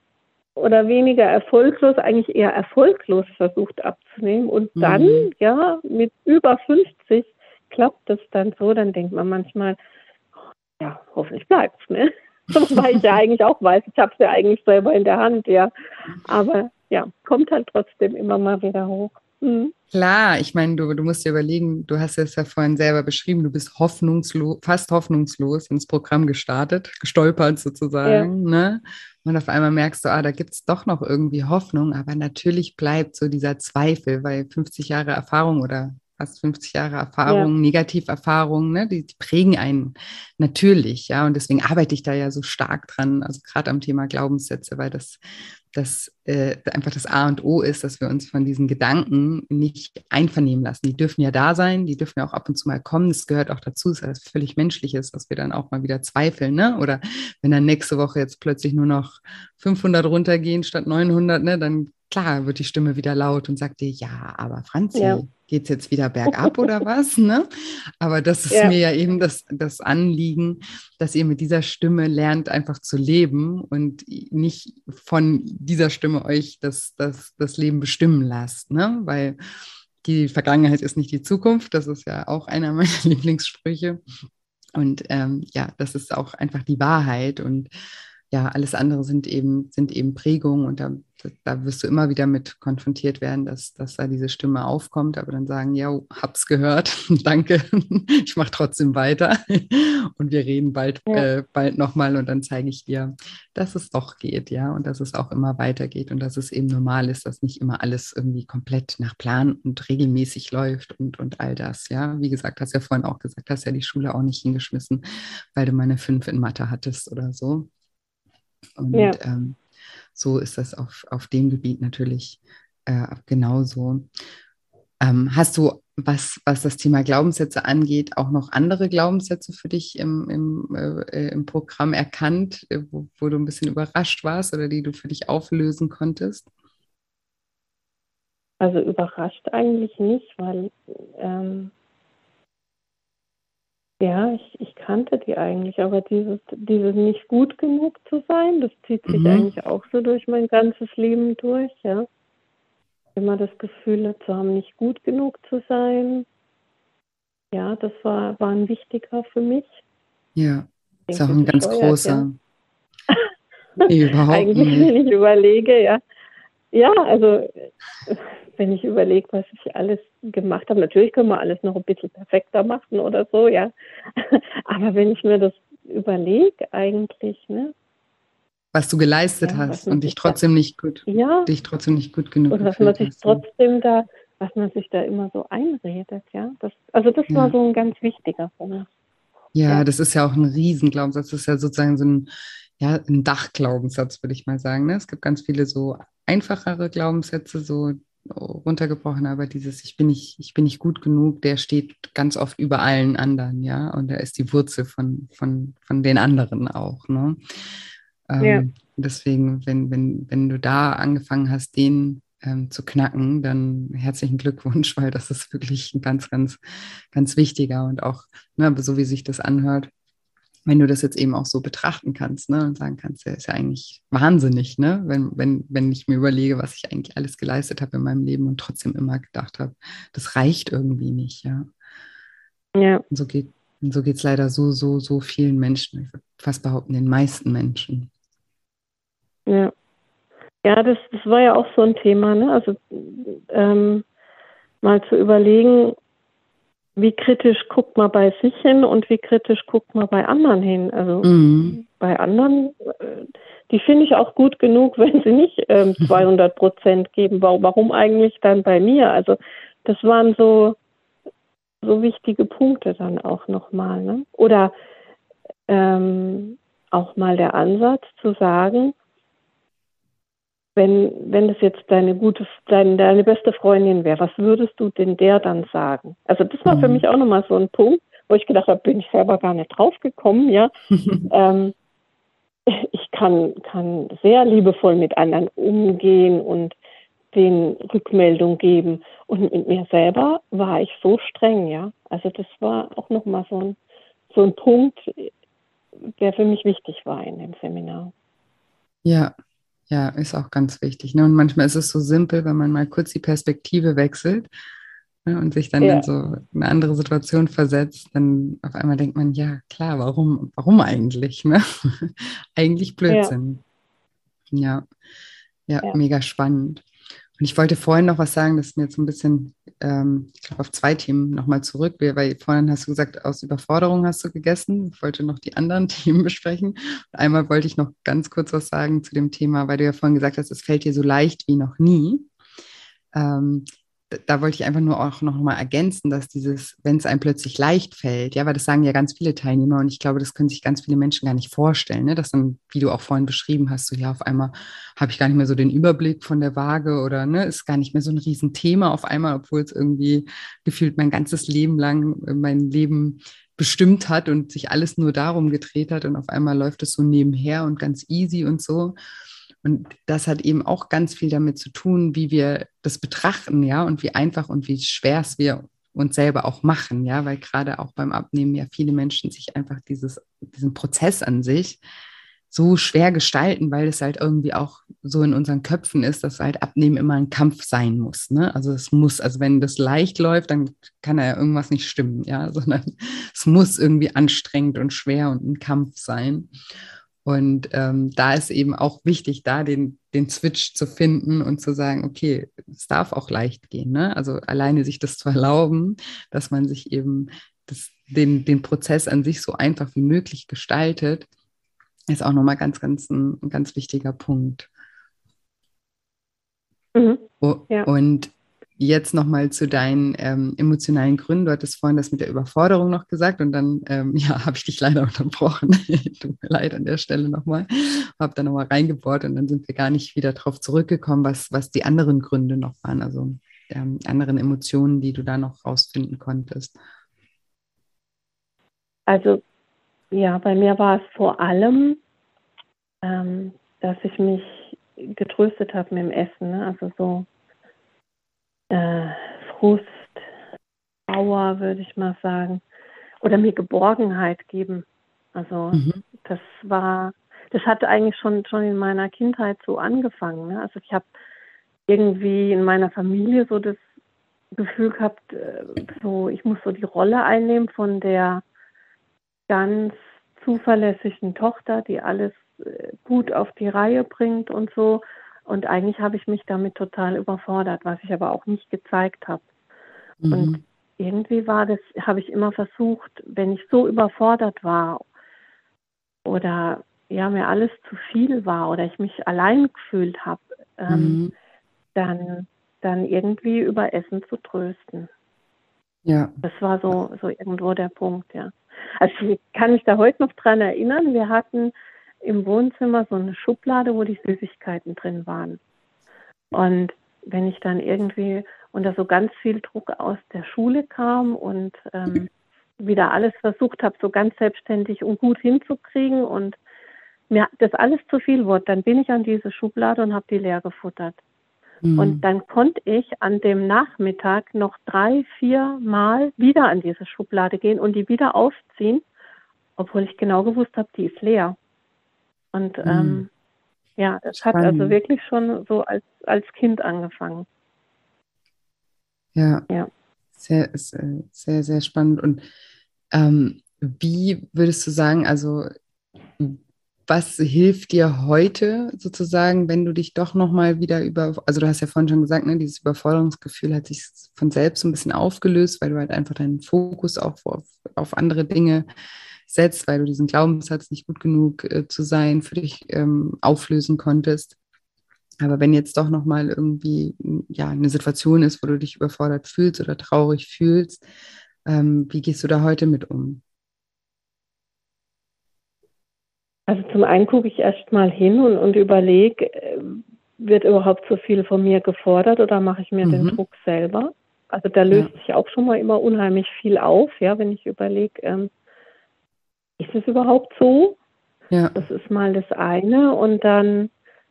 oder weniger erfolglos, eigentlich eher erfolglos versucht abzunehmen und dann, hm, ja, mit über 50 klappt das dann so, dann denkt man manchmal, ja, hoffentlich bleibt's, ne? Weil ich ja eigentlich auch weiß, ich habe es ja eigentlich selber in der Hand, ja. Aber ja, kommt halt trotzdem immer mal wieder hoch. Mhm. klar, ich meine, du musst dir überlegen, du hast es ja vorhin selber beschrieben, du bist fast hoffnungslos ins Programm gestolpert Ja, sozusagen, ne? Und auf einmal merkst du, da gibt es doch noch irgendwie Hoffnung, aber natürlich bleibt so dieser Zweifel, weil 50 Jahre Erfahrung oder fast 50 Jahre ja, Erfahrung, Negativerfahrungen, ne, die prägen einen natürlich, ja, und deswegen arbeite ich da ja so stark dran, also gerade am Thema Glaubenssätze, weil das einfach das A und O ist, dass wir uns von diesen Gedanken nicht einvernehmen lassen. Die dürfen ja da sein, die dürfen ja auch ab und zu mal kommen. Das gehört auch dazu, das ist alles völlig Menschliches, dass wir dann auch mal wieder zweifeln. Ne? Oder wenn dann nächste Woche jetzt plötzlich nur noch 500 runtergehen statt 900, ne, dann klar wird die Stimme wieder laut und sagt dir, ja, aber ja, Franzi, geht es jetzt wieder bergab oder was? Ne? Aber das ist ja, mir ja eben das Anliegen, dass ihr mit dieser Stimme lernt, einfach zu leben und nicht von dieser Stimme euch das Leben bestimmen lasst. Ne? Weil die Vergangenheit ist nicht die Zukunft. Das ist ja auch einer meiner Lieblingssprüche. Und ja, das ist auch einfach die Wahrheit. Und ja, alles andere sind eben Prägungen und da wirst du immer wieder mit konfrontiert werden, dass da diese Stimme aufkommt, aber dann sagen, ja, hab's gehört, danke, ich mache trotzdem weiter und wir reden ja, bald nochmal und dann zeige ich dir, dass es doch geht, ja, und dass es auch immer weitergeht und dass es eben normal ist, dass nicht immer alles irgendwie komplett nach Plan und regelmäßig läuft und all das, ja. Wie gesagt, hast ja vorhin auch gesagt, hast ja die Schule auch nicht hingeschmissen, weil du mal eine 5 in Mathe hattest oder so. Und ja, so ist das auf dem Gebiet natürlich genauso. Hast du, was das Thema Glaubenssätze angeht, auch noch andere Glaubenssätze für dich im Programm erkannt, wo du ein bisschen überrascht warst oder die du für dich auflösen konntest? Also überrascht eigentlich nicht, weil ja, ich kannte die eigentlich, aber dieses nicht gut genug zu sein, das zieht sich Mhm. eigentlich auch so durch mein ganzes Leben durch, ja. Immer das Gefühl zu haben, nicht gut genug zu sein. Ja, das war ein wichtiger für mich. Ja, ist Klingt auch so ein ganz bescheuert, ja. großer. Nee, überhaupt Eigentlich, nicht. wenn ich überlege, ja. Ja, also wenn ich überlege, was ich alles gemacht habe, natürlich können wir alles noch ein bisschen perfekter machen oder so, ja. Aber wenn ich mir das überlege, eigentlich, ne, Was du geleistet ja, was hast man und sich da, ja, dich trotzdem nicht gut genug und was man gefühlt sich hast. Ja, trotzdem da, was man sich da immer so einredet, ja. Das war ja. so ein ganz wichtiger für mich, Ja, ja. das ist ja auch ein Riesenglaubenssatz. Das ist ja sozusagen so ein, ja, ein Dachglaubenssatz, würde ich mal sagen. Ne? Es gibt ganz viele so einfachere Glaubenssätze, so runtergebrochen, aber dieses ich bin nicht gut genug, der steht ganz oft über allen anderen, ja. Und er ist die Wurzel von den anderen auch, ne? Ja, Deswegen, wenn du da angefangen hast, den zu knacken, dann herzlichen Glückwunsch, weil das ist wirklich ein ganz wichtiger und auch, ne, so wie sich das anhört, wenn du das jetzt eben auch so betrachten kannst, ne, und sagen kannst, ja, ist ja eigentlich wahnsinnig, ne, wenn ich mir überlege, was ich eigentlich alles geleistet habe in meinem Leben und trotzdem immer gedacht habe, das reicht irgendwie nicht, ja. ja, Und so geht es leider so vielen Menschen. Ich würde fast behaupten, den meisten Menschen. ja. Ja, das war ja auch so ein Thema, ne? Also ähm, mal zu überlegen, wie kritisch guckt man bei sich hin und wie kritisch guckt man bei anderen hin. Also Mhm. bei anderen, die finde ich auch gut genug, wenn sie nicht 200% geben. Warum eigentlich dann bei mir? Also das waren so wichtige Punkte dann auch nochmal. Ne? Oder auch mal der Ansatz zu sagen, wenn das jetzt deine beste Freundin wäre, was würdest du denn der dann sagen? Also das war für Mhm. mich auch nochmal so ein Punkt, wo ich gedacht habe, bin ich selber gar nicht drauf gekommen, ja. Ähm, ich kann sehr liebevoll mit anderen umgehen und den Rückmeldung geben. Und mit mir selber war ich so streng, ja. Also das war auch nochmal so ein Punkt, der für mich wichtig war in dem Seminar. Ja, ja, ist auch ganz wichtig. Ne? Und manchmal ist es so simpel, wenn man mal kurz die Perspektive wechselt, ne, und sich dann in Ja, so eine andere Situation versetzt, dann auf einmal denkt man, ja, klar, warum eigentlich? Ne? Eigentlich ja, Blödsinn. Ja, ja, ja. mega spannend. Und ich wollte vorhin noch was sagen, das ist mir jetzt ein bisschen, ich glaube, auf zwei Themen nochmal zurück, weil vorhin hast du gesagt, aus Überforderung hast du gegessen. Ich wollte noch die anderen Themen besprechen. Und einmal wollte ich noch ganz kurz was sagen zu dem Thema, weil du ja vorhin gesagt hast, es fällt dir so leicht wie noch nie. Ähm, da wollte ich einfach nur auch noch mal ergänzen, dass wenn es einem plötzlich leicht fällt, ja, weil das sagen ja ganz viele Teilnehmer und ich glaube, das können sich ganz viele Menschen gar nicht vorstellen, ne, dass dann, wie du auch vorhin beschrieben hast, so ja, auf einmal habe ich gar nicht mehr so den Überblick von der Waage oder ne, ist gar nicht mehr so ein Riesenthema auf einmal, obwohl es irgendwie gefühlt mein ganzes Leben lang mein Leben bestimmt hat und sich alles nur darum gedreht hat und auf einmal läuft es so nebenher und ganz easy und so. Und das hat eben auch ganz viel damit zu tun, wie wir das betrachten, ja, und wie einfach und wie schwer es wir uns selber auch machen, ja, weil gerade auch beim Abnehmen ja viele Menschen sich einfach diesen Prozess an sich so schwer gestalten, weil es halt irgendwie auch so in unseren Köpfen ist, dass halt Abnehmen immer ein Kampf sein muss, ne? Also es muss, also wenn das leicht läuft, dann kann ja irgendwas nicht stimmen, ja, sondern es muss irgendwie anstrengend und schwer und ein Kampf sein. Und da ist eben auch wichtig, da den Switch zu finden und zu sagen, okay, es darf auch leicht gehen. Ne? Also alleine sich das zu erlauben, dass man sich eben den Prozess an sich so einfach wie möglich gestaltet, ist auch nochmal ein ganz wichtiger Punkt. Mhm. Oh, Ja. und jetzt nochmal zu deinen emotionalen Gründen. Du hattest vorhin das mit der Überforderung noch gesagt und dann ja, habe ich dich leider unterbrochen. Tut mir leid an der Stelle nochmal. Habe da nochmal reingebohrt und dann sind wir gar nicht wieder drauf zurückgekommen, was die anderen Gründe noch waren, also anderen Emotionen, die du da noch rausfinden konntest. Also ja, bei mir war es vor allem, dass ich mich getröstet habe mit dem Essen. Ne? Also so Frust, Trauer, würde ich mal sagen. Oder mir Geborgenheit geben. Also Mhm. das hatte eigentlich schon in meiner Kindheit so angefangen. Ne? Also ich habe irgendwie in meiner Familie so das Gefühl gehabt, so ich muss so die Rolle einnehmen von der ganz zuverlässigen Tochter, die alles gut auf die Reihe bringt und so. Und eigentlich habe ich mich damit total überfordert, was ich aber auch nicht gezeigt habe. Und Mhm. irgendwie habe ich immer versucht, wenn ich so überfordert war oder ja, mir alles zu viel war oder ich mich allein gefühlt habe, Mhm. dann, dann irgendwie über Essen zu trösten. Ja. Das war so irgendwo der Punkt, ja. Also ich kann mich da heute noch dran erinnern, wir hatten im Wohnzimmer so eine Schublade, wo die Süßigkeiten drin waren. Und wenn ich dann irgendwie unter so ganz viel Druck aus der Schule kam und wieder alles versucht habe, so ganz selbstständig und gut hinzukriegen und mir das alles zu viel wurde, dann bin ich an diese Schublade und habe die leer gefuttert. Und Mhm. dann konnte ich an dem Nachmittag noch 3, 4 Mal wieder an diese Schublade gehen und die wieder aufziehen, obwohl ich genau gewusst habe, die ist leer. Und Mhm. ja, es hat also Spannend. wirklich schon so als Kind angefangen. Ja, Ja. sehr, sehr, sehr, sehr spannend. Und wie würdest du sagen, also was hilft dir heute sozusagen, wenn du dich doch nochmal wieder also du hast ja vorhin schon gesagt, ne, dieses Überforderungsgefühl hat sich von selbst so ein bisschen aufgelöst, weil du halt einfach deinen Fokus auch auf andere Dinge setzt, weil du diesen Glaubenssatz, nicht gut genug zu sein, für dich auflösen konntest. Aber wenn jetzt doch nochmal irgendwie ja, eine Situation ist, wo du dich überfordert fühlst oder traurig fühlst, wie gehst du da heute mit um? Also zum einen gucke ich erst mal hin und überlege, wird überhaupt so viel von mir gefordert oder mache ich mir den Mhm. Druck selber? Also da Ja, löst sich auch schon mal immer unheimlich viel auf, ja, wenn ich überlege, ist es überhaupt so? ja, Das ist mal das eine. Und dann,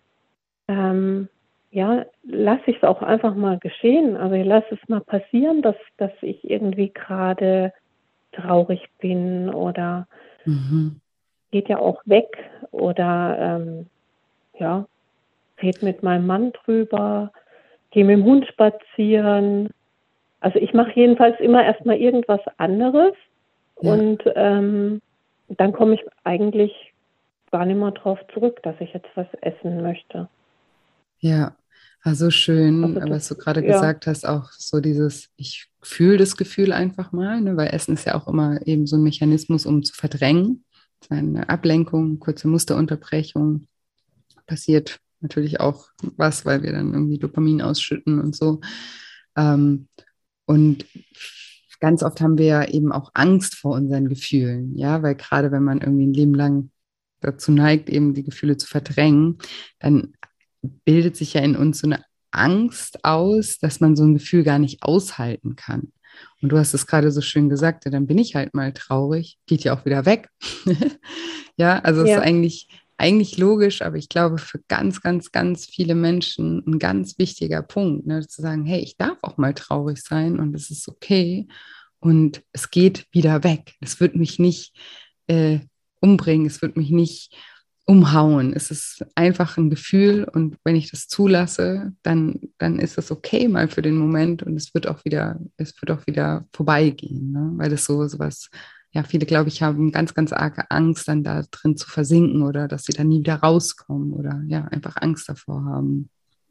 ja, lasse ich es auch einfach mal geschehen. Also ich lasse es mal passieren, dass ich irgendwie gerade traurig bin oder mhm. geht ja auch weg oder ja, red mit meinem Mann drüber, gehe mit dem Hund spazieren. Also ich mache jedenfalls immer erstmal irgendwas anderes Ja, und dann komme ich eigentlich gar nicht mehr drauf zurück, dass ich jetzt was essen möchte. ja. Also schön, Also das, was du gerade ja, gesagt hast, auch so dieses, ich fühle das Gefühl einfach mal, ne, weil Essen ist ja auch immer eben so ein Mechanismus, um zu verdrängen. Eine Ablenkung, kurze Musterunterbrechung, passiert natürlich auch was, weil wir dann irgendwie Dopamin ausschütten und so. Ähm, und ganz oft haben wir ja eben auch Angst vor unseren Gefühlen, ja, weil gerade wenn man irgendwie ein Leben lang dazu neigt, eben die Gefühle zu verdrängen, dann bildet sich ja in uns so eine Angst aus, dass man so ein Gefühl gar nicht aushalten kann. Und du hast es gerade so schön gesagt, ja, dann bin ich halt mal traurig, geht ja auch wieder weg. Ja, also es ist ja, eigentlich logisch, aber ich glaube für ganz, ganz, ganz viele Menschen ein ganz wichtiger Punkt, ne, zu sagen, hey, ich darf auch mal traurig sein und es ist okay und es geht wieder weg. Es wird mich nicht äh, umbringen, es wird mich nicht umhauen. Es ist einfach ein Gefühl und wenn ich das zulasse, dann ist das okay mal für den Moment und es wird auch wieder vorbeigehen, ne? Weil das so was, ja, viele, glaube ich, haben ganz, ganz arge Angst, dann da drin zu versinken oder dass sie dann nie wieder rauskommen oder ja, einfach Angst davor haben.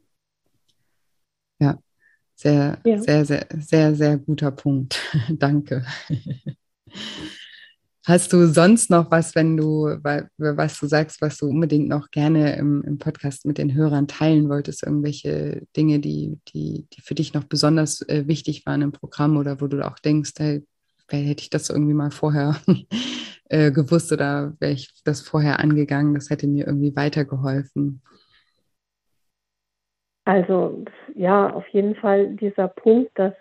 Ja, sehr, ja. sehr, sehr, sehr, sehr guter Punkt. Danke. Hast du sonst noch was, was du sagst, was du unbedingt noch gerne im Podcast mit den Hörern teilen wolltest? Irgendwelche Dinge, die für dich noch besonders wichtig waren im Programm oder wo du auch denkst, hey, hätte ich das irgendwie mal vorher gewusst oder wäre ich das vorher angegangen, das hätte mir irgendwie weitergeholfen. Also ja, auf jeden Fall dieser Punkt, dass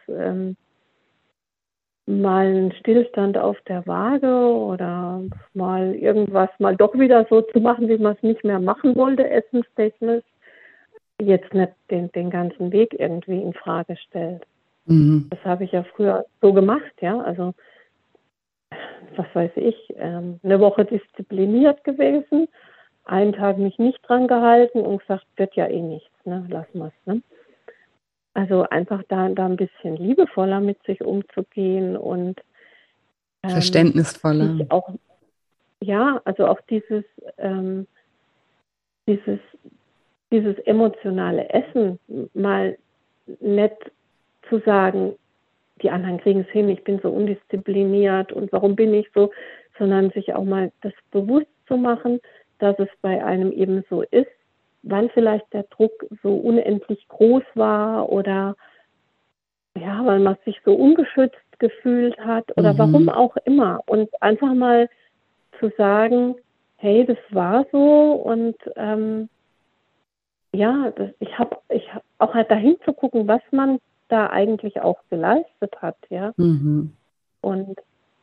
mal ein Stillstand auf der Waage oder mal irgendwas mal doch wieder so zu machen, wie man es nicht mehr machen wollte, essenstechnisch, jetzt nicht den ganzen Weg irgendwie in Frage stellt. Mhm. Das habe ich ja früher so gemacht, ja. Also, was weiß ich, eine Woche diszipliniert gewesen, einen Tag mich nicht dran gehalten und gesagt, wird ja eh nichts, ne? Lassen wir es, ne? Also einfach da ein bisschen liebevoller mit sich umzugehen und Verständnisvoller. sich auch, ja, also auch ähm, dieses, dieses emotionale Essen mal nett zu sagen, die anderen kriegen es hin, ich bin so undiszipliniert und warum bin ich so, sondern sich auch mal das bewusst zu machen, dass es bei einem eben so ist, weil vielleicht der Druck so unendlich groß war oder ja, weil man sich so ungeschützt gefühlt hat oder warum Mhm. auch immer. Und einfach mal zu sagen, hey, das war so und ja, ich hab auch halt dahin zu gucken, was man da eigentlich auch geleistet hat, ja. Mhm. Und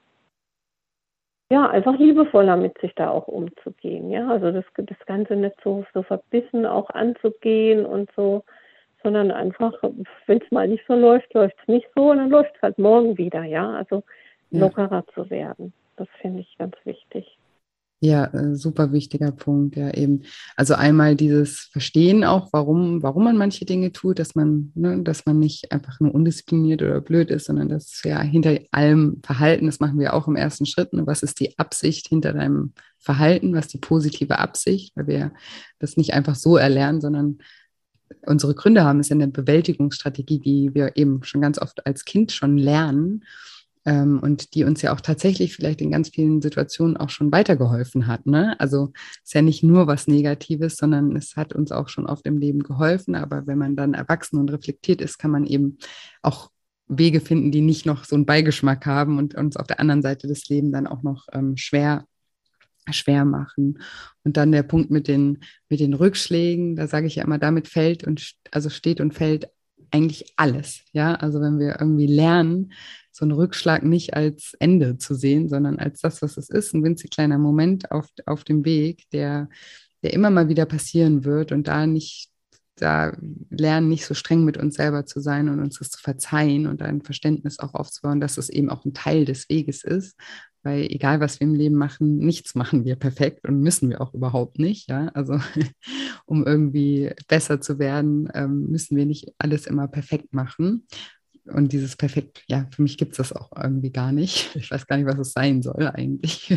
ja, einfach liebevoller mit sich da auch umzugehen, ja. Also das Ganze nicht so verbissen auch anzugehen und so, sondern einfach, wenn es mal nicht so läuft, läuft es nicht so und dann läuft es halt morgen wieder, ja. Also Ja. lockerer zu werden. Das finde ich ganz wichtig. Ja, super wichtiger Punkt, ja eben. Also einmal dieses Verstehen auch, warum man manche Dinge tut, dass man nicht einfach nur undiszipliniert oder blöd ist, sondern dass ja hinter allem Verhalten, das machen wir auch im ersten Schritt, ne, was ist die Absicht hinter deinem Verhalten, was ist die positive Absicht, weil wir das nicht einfach so erlernen, sondern unsere Gründe haben, ist ja eine Bewältigungsstrategie, die wir eben schon ganz oft als Kind schon lernen und die uns ja auch tatsächlich vielleicht in ganz vielen Situationen auch schon weitergeholfen hat. Ne? Also es ist ja nicht nur was Negatives, sondern es hat uns auch schon oft im Leben geholfen. Aber wenn man dann erwachsen und reflektiert ist, kann man eben auch Wege finden, die nicht noch so einen Beigeschmack haben und uns auf der anderen Seite des Lebens dann auch noch schwer machen. Und dann der Punkt mit den Rückschlägen, da sage ich ja immer, damit also steht und fällt eigentlich alles. Ja, also wenn wir irgendwie lernen, so einen Rückschlag nicht als Ende zu sehen, sondern als das, was es ist, ein winzig kleiner Moment auf dem Weg, der immer mal wieder passieren wird und da lernen, nicht so streng mit uns selber zu sein und uns das zu verzeihen und ein Verständnis auch aufzubauen, dass es eben auch ein Teil des Weges ist. Weil egal, was wir im Leben machen, nichts machen wir perfekt und müssen wir auch überhaupt nicht. Ja? Also um irgendwie besser zu werden, müssen wir nicht alles immer perfekt machen. Und dieses Perfekt, ja, für mich gibt es das auch irgendwie gar nicht. Ich weiß gar nicht, was es sein soll eigentlich.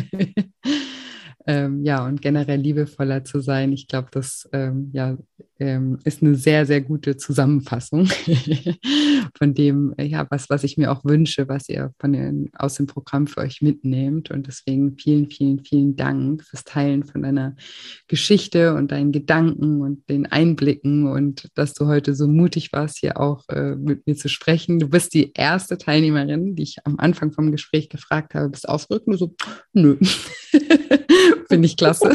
Ja, und generell liebevoller zu sein, ich glaube, das ja, ist eine sehr, sehr gute Zusammenfassung von dem, ja, was ich mir auch wünsche, was ihr aus dem Programm für euch mitnehmt. Und deswegen vielen, vielen, vielen Dank fürs Teilen von deiner Geschichte und deinen Gedanken und den Einblicken und dass du heute so mutig warst, hier auch mit mir zu sprechen. Du bist die erste Teilnehmerin, die ich am Anfang vom Gespräch gefragt habe, bist du ausgerückt? Und so, nö. Finde ich klasse.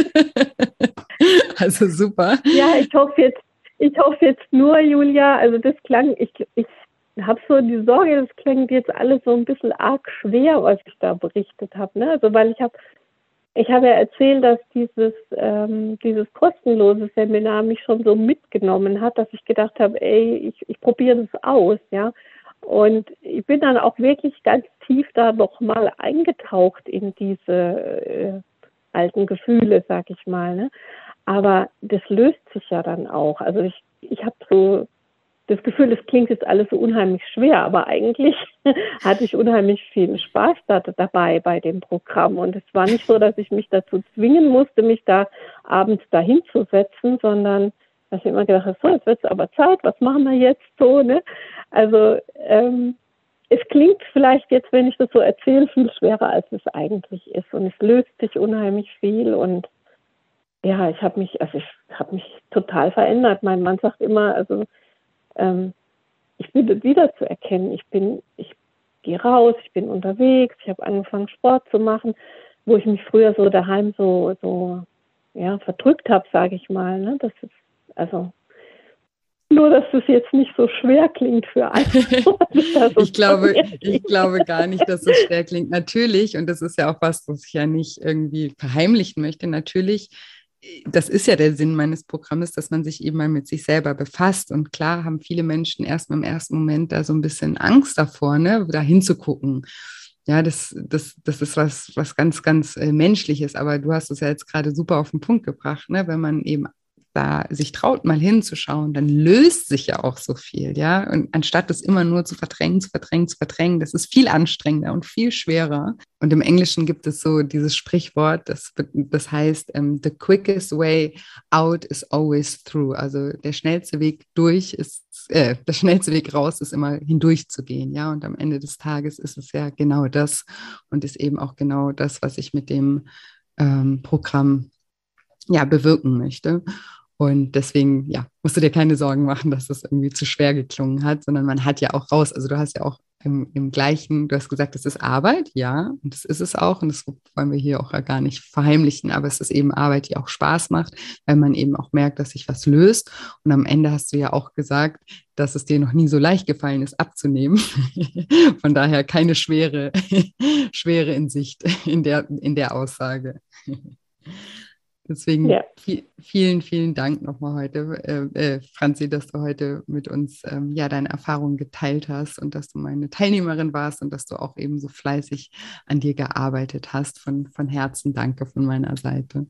Also super. Ja, ich hoffe jetzt nur, Julia, also das klang, ich habe so die Sorge, das klingt jetzt alles so ein bisschen arg schwer, was ich da berichtet habe. Ne? Also weil ich habe ja erzählt, dass dieses kostenlose Seminar mich schon so mitgenommen hat, dass ich gedacht habe, ey, ich probiere das aus, ja. Und ich bin dann auch wirklich ganz tief da nochmal eingetaucht in diese alten Gefühle, sag ich mal. Ne? Aber das löst sich ja dann auch. Also ich habe so das Gefühl, das klingt jetzt alles so unheimlich schwer, aber eigentlich hatte ich unheimlich viel Spaß dabei bei dem Programm. Und es war nicht so, dass ich mich dazu zwingen musste, mich da abends dahin zu setzen, sondern dass ich immer gedacht habe, so, jetzt wird es aber Zeit, was machen wir jetzt so, ne? Also es klingt vielleicht jetzt, wenn ich das so erzähle, viel schwerer, als es eigentlich ist. Und es löst sich unheimlich viel. Und ja, ich habe mich total verändert. Mein Mann sagt immer, also ich bin wieder zu erkennen. Ich gehe raus, ich bin unterwegs, ich habe angefangen, Sport zu machen, wo ich mich früher so daheim so verdrückt habe, sage ich mal. Ne? Das ist also nur, dass es jetzt nicht so schwer klingt für einen. Ich glaube gar nicht, dass es schwer klingt. Natürlich, und das ist ja auch was ich ja nicht irgendwie verheimlichen möchte, natürlich, das ist ja der Sinn meines Programmes, dass man sich eben mal mit sich selber befasst. Und klar haben viele Menschen erstmal im ersten Moment da so ein bisschen Angst davor, ne, da hinzugucken. Ja, das ist was ganz, ganz Menschliches. Aber du hast es ja jetzt gerade super auf den Punkt gebracht, ne, wenn man eben da sich traut, mal hinzuschauen, dann löst sich ja auch so viel, ja. Und anstatt das immer nur zu verdrängen, das ist viel anstrengender und viel schwerer. Und im Englischen gibt es so dieses Sprichwort, das heißt, the quickest way out is always through. Also der schnellste Weg raus ist immer hindurch zu gehen, ja. Und am Ende des Tages ist es ja genau das und ist eben auch genau das, was ich mit dem Programm bewirken möchte. Und deswegen, musst du dir keine Sorgen machen, dass das irgendwie zu schwer geklungen hat, sondern man hat ja auch raus, also du hast ja auch im Gleichen, du hast gesagt, es ist Arbeit, ja, und das ist es auch und das wollen wir hier auch gar nicht verheimlichen, aber es ist eben Arbeit, die auch Spaß macht, weil man eben auch merkt, dass sich was löst und am Ende hast du ja auch gesagt, dass es dir noch nie so leicht gefallen ist, abzunehmen. Von daher keine Schwere in Sicht in der Aussage. Deswegen vielen, vielen Dank nochmal heute, Franzi, dass du heute mit uns deine Erfahrungen geteilt hast und dass du meine Teilnehmerin warst und dass du auch eben so fleißig an dir gearbeitet hast. Von Herzen danke von meiner Seite.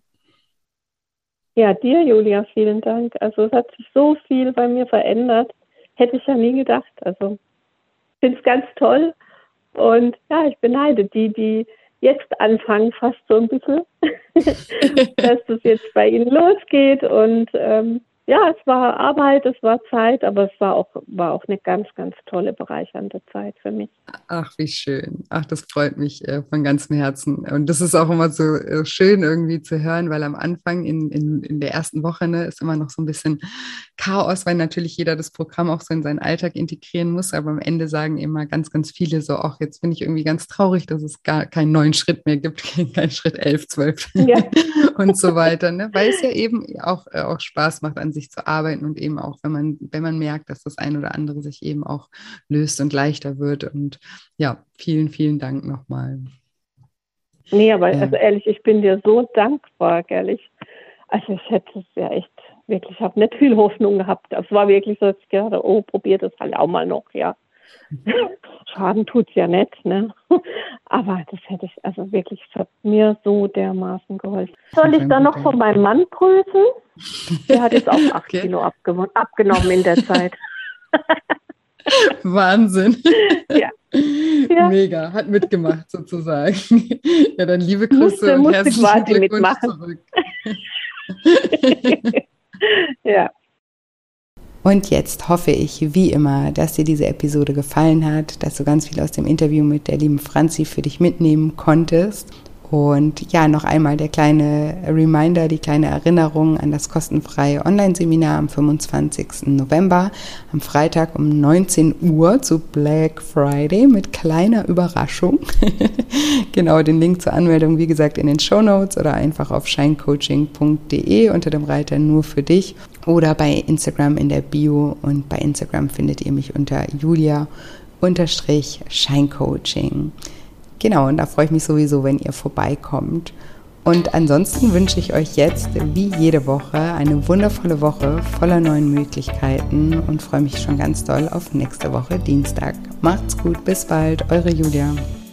Ja, dir, Julia, vielen Dank. Also es hat sich so viel bei mir verändert. Hätte ich ja nie gedacht. Also ich finde es ganz toll und ich beneide die jetzt anfangen, fast so ein bisschen, dass das jetzt bei Ihnen losgeht. Und es war Arbeit, es war Zeit, aber es war auch eine ganz, ganz tolle, bereichernde Zeit für mich. Ach, wie schön. Ach, das freut mich von ganzem Herzen. Und das ist auch immer so schön irgendwie zu hören, weil am Anfang in der ersten Woche ist immer noch so ein bisschen Chaos, weil natürlich jeder das Programm auch so in seinen Alltag integrieren muss. Aber am Ende sagen immer ganz, ganz viele so, ach, jetzt bin ich irgendwie ganz traurig, dass es gar keinen neuen Schritt mehr gibt, keinen Schritt 11, 12 und so weiter. Ne? Weil es ja eben auch Spaß macht, an sich zu arbeiten und eben auch, wenn man merkt, dass das ein oder andere sich eben auch löst und leichter wird. Und vielen, vielen Dank nochmal. Nee, aber also ehrlich, ich bin dir so dankbar, ehrlich. Also ich hätte es ja echt wirklich, ich habe nicht viel Hoffnung gehabt. Es war wirklich so, dass ich gedacht habe, probiert es halt auch mal noch, ja. Schaden tut es ja nicht, ne? Aber das hätte ich, also wirklich, es hat mir so dermaßen geholfen. Soll ich dann noch von meinem Mann grüßen? Der hat jetzt auch 8 Kilo abgenommen in der Zeit. Wahnsinn. Ja. Mega, hat mitgemacht sozusagen. Ja, dann liebe Grüße und herzlichen Glückwunsch zurück. Ja. Und jetzt hoffe ich, wie immer, dass dir diese Episode gefallen hat, dass du ganz viel aus dem Interview mit der lieben Franzi für dich mitnehmen konntest. Und noch einmal der kleine Reminder, die kleine Erinnerung an das kostenfreie Online-Seminar am 25. November, am Freitag um 19 Uhr zu Black Friday mit kleiner Überraschung. Genau, den Link zur Anmeldung, wie gesagt, in den Shownotes oder einfach auf shinecoaching.de unter dem Reiter nur für dich oder bei Instagram in der Bio und bei Instagram findet ihr mich unter Julia_Shinecoaching. Genau, und da freue ich mich sowieso, wenn ihr vorbeikommt. Und ansonsten wünsche ich euch jetzt, wie jede Woche, eine wundervolle Woche voller neuen Möglichkeiten und freue mich schon ganz doll auf nächste Woche Dienstag. Macht's gut, bis bald, eure Julia.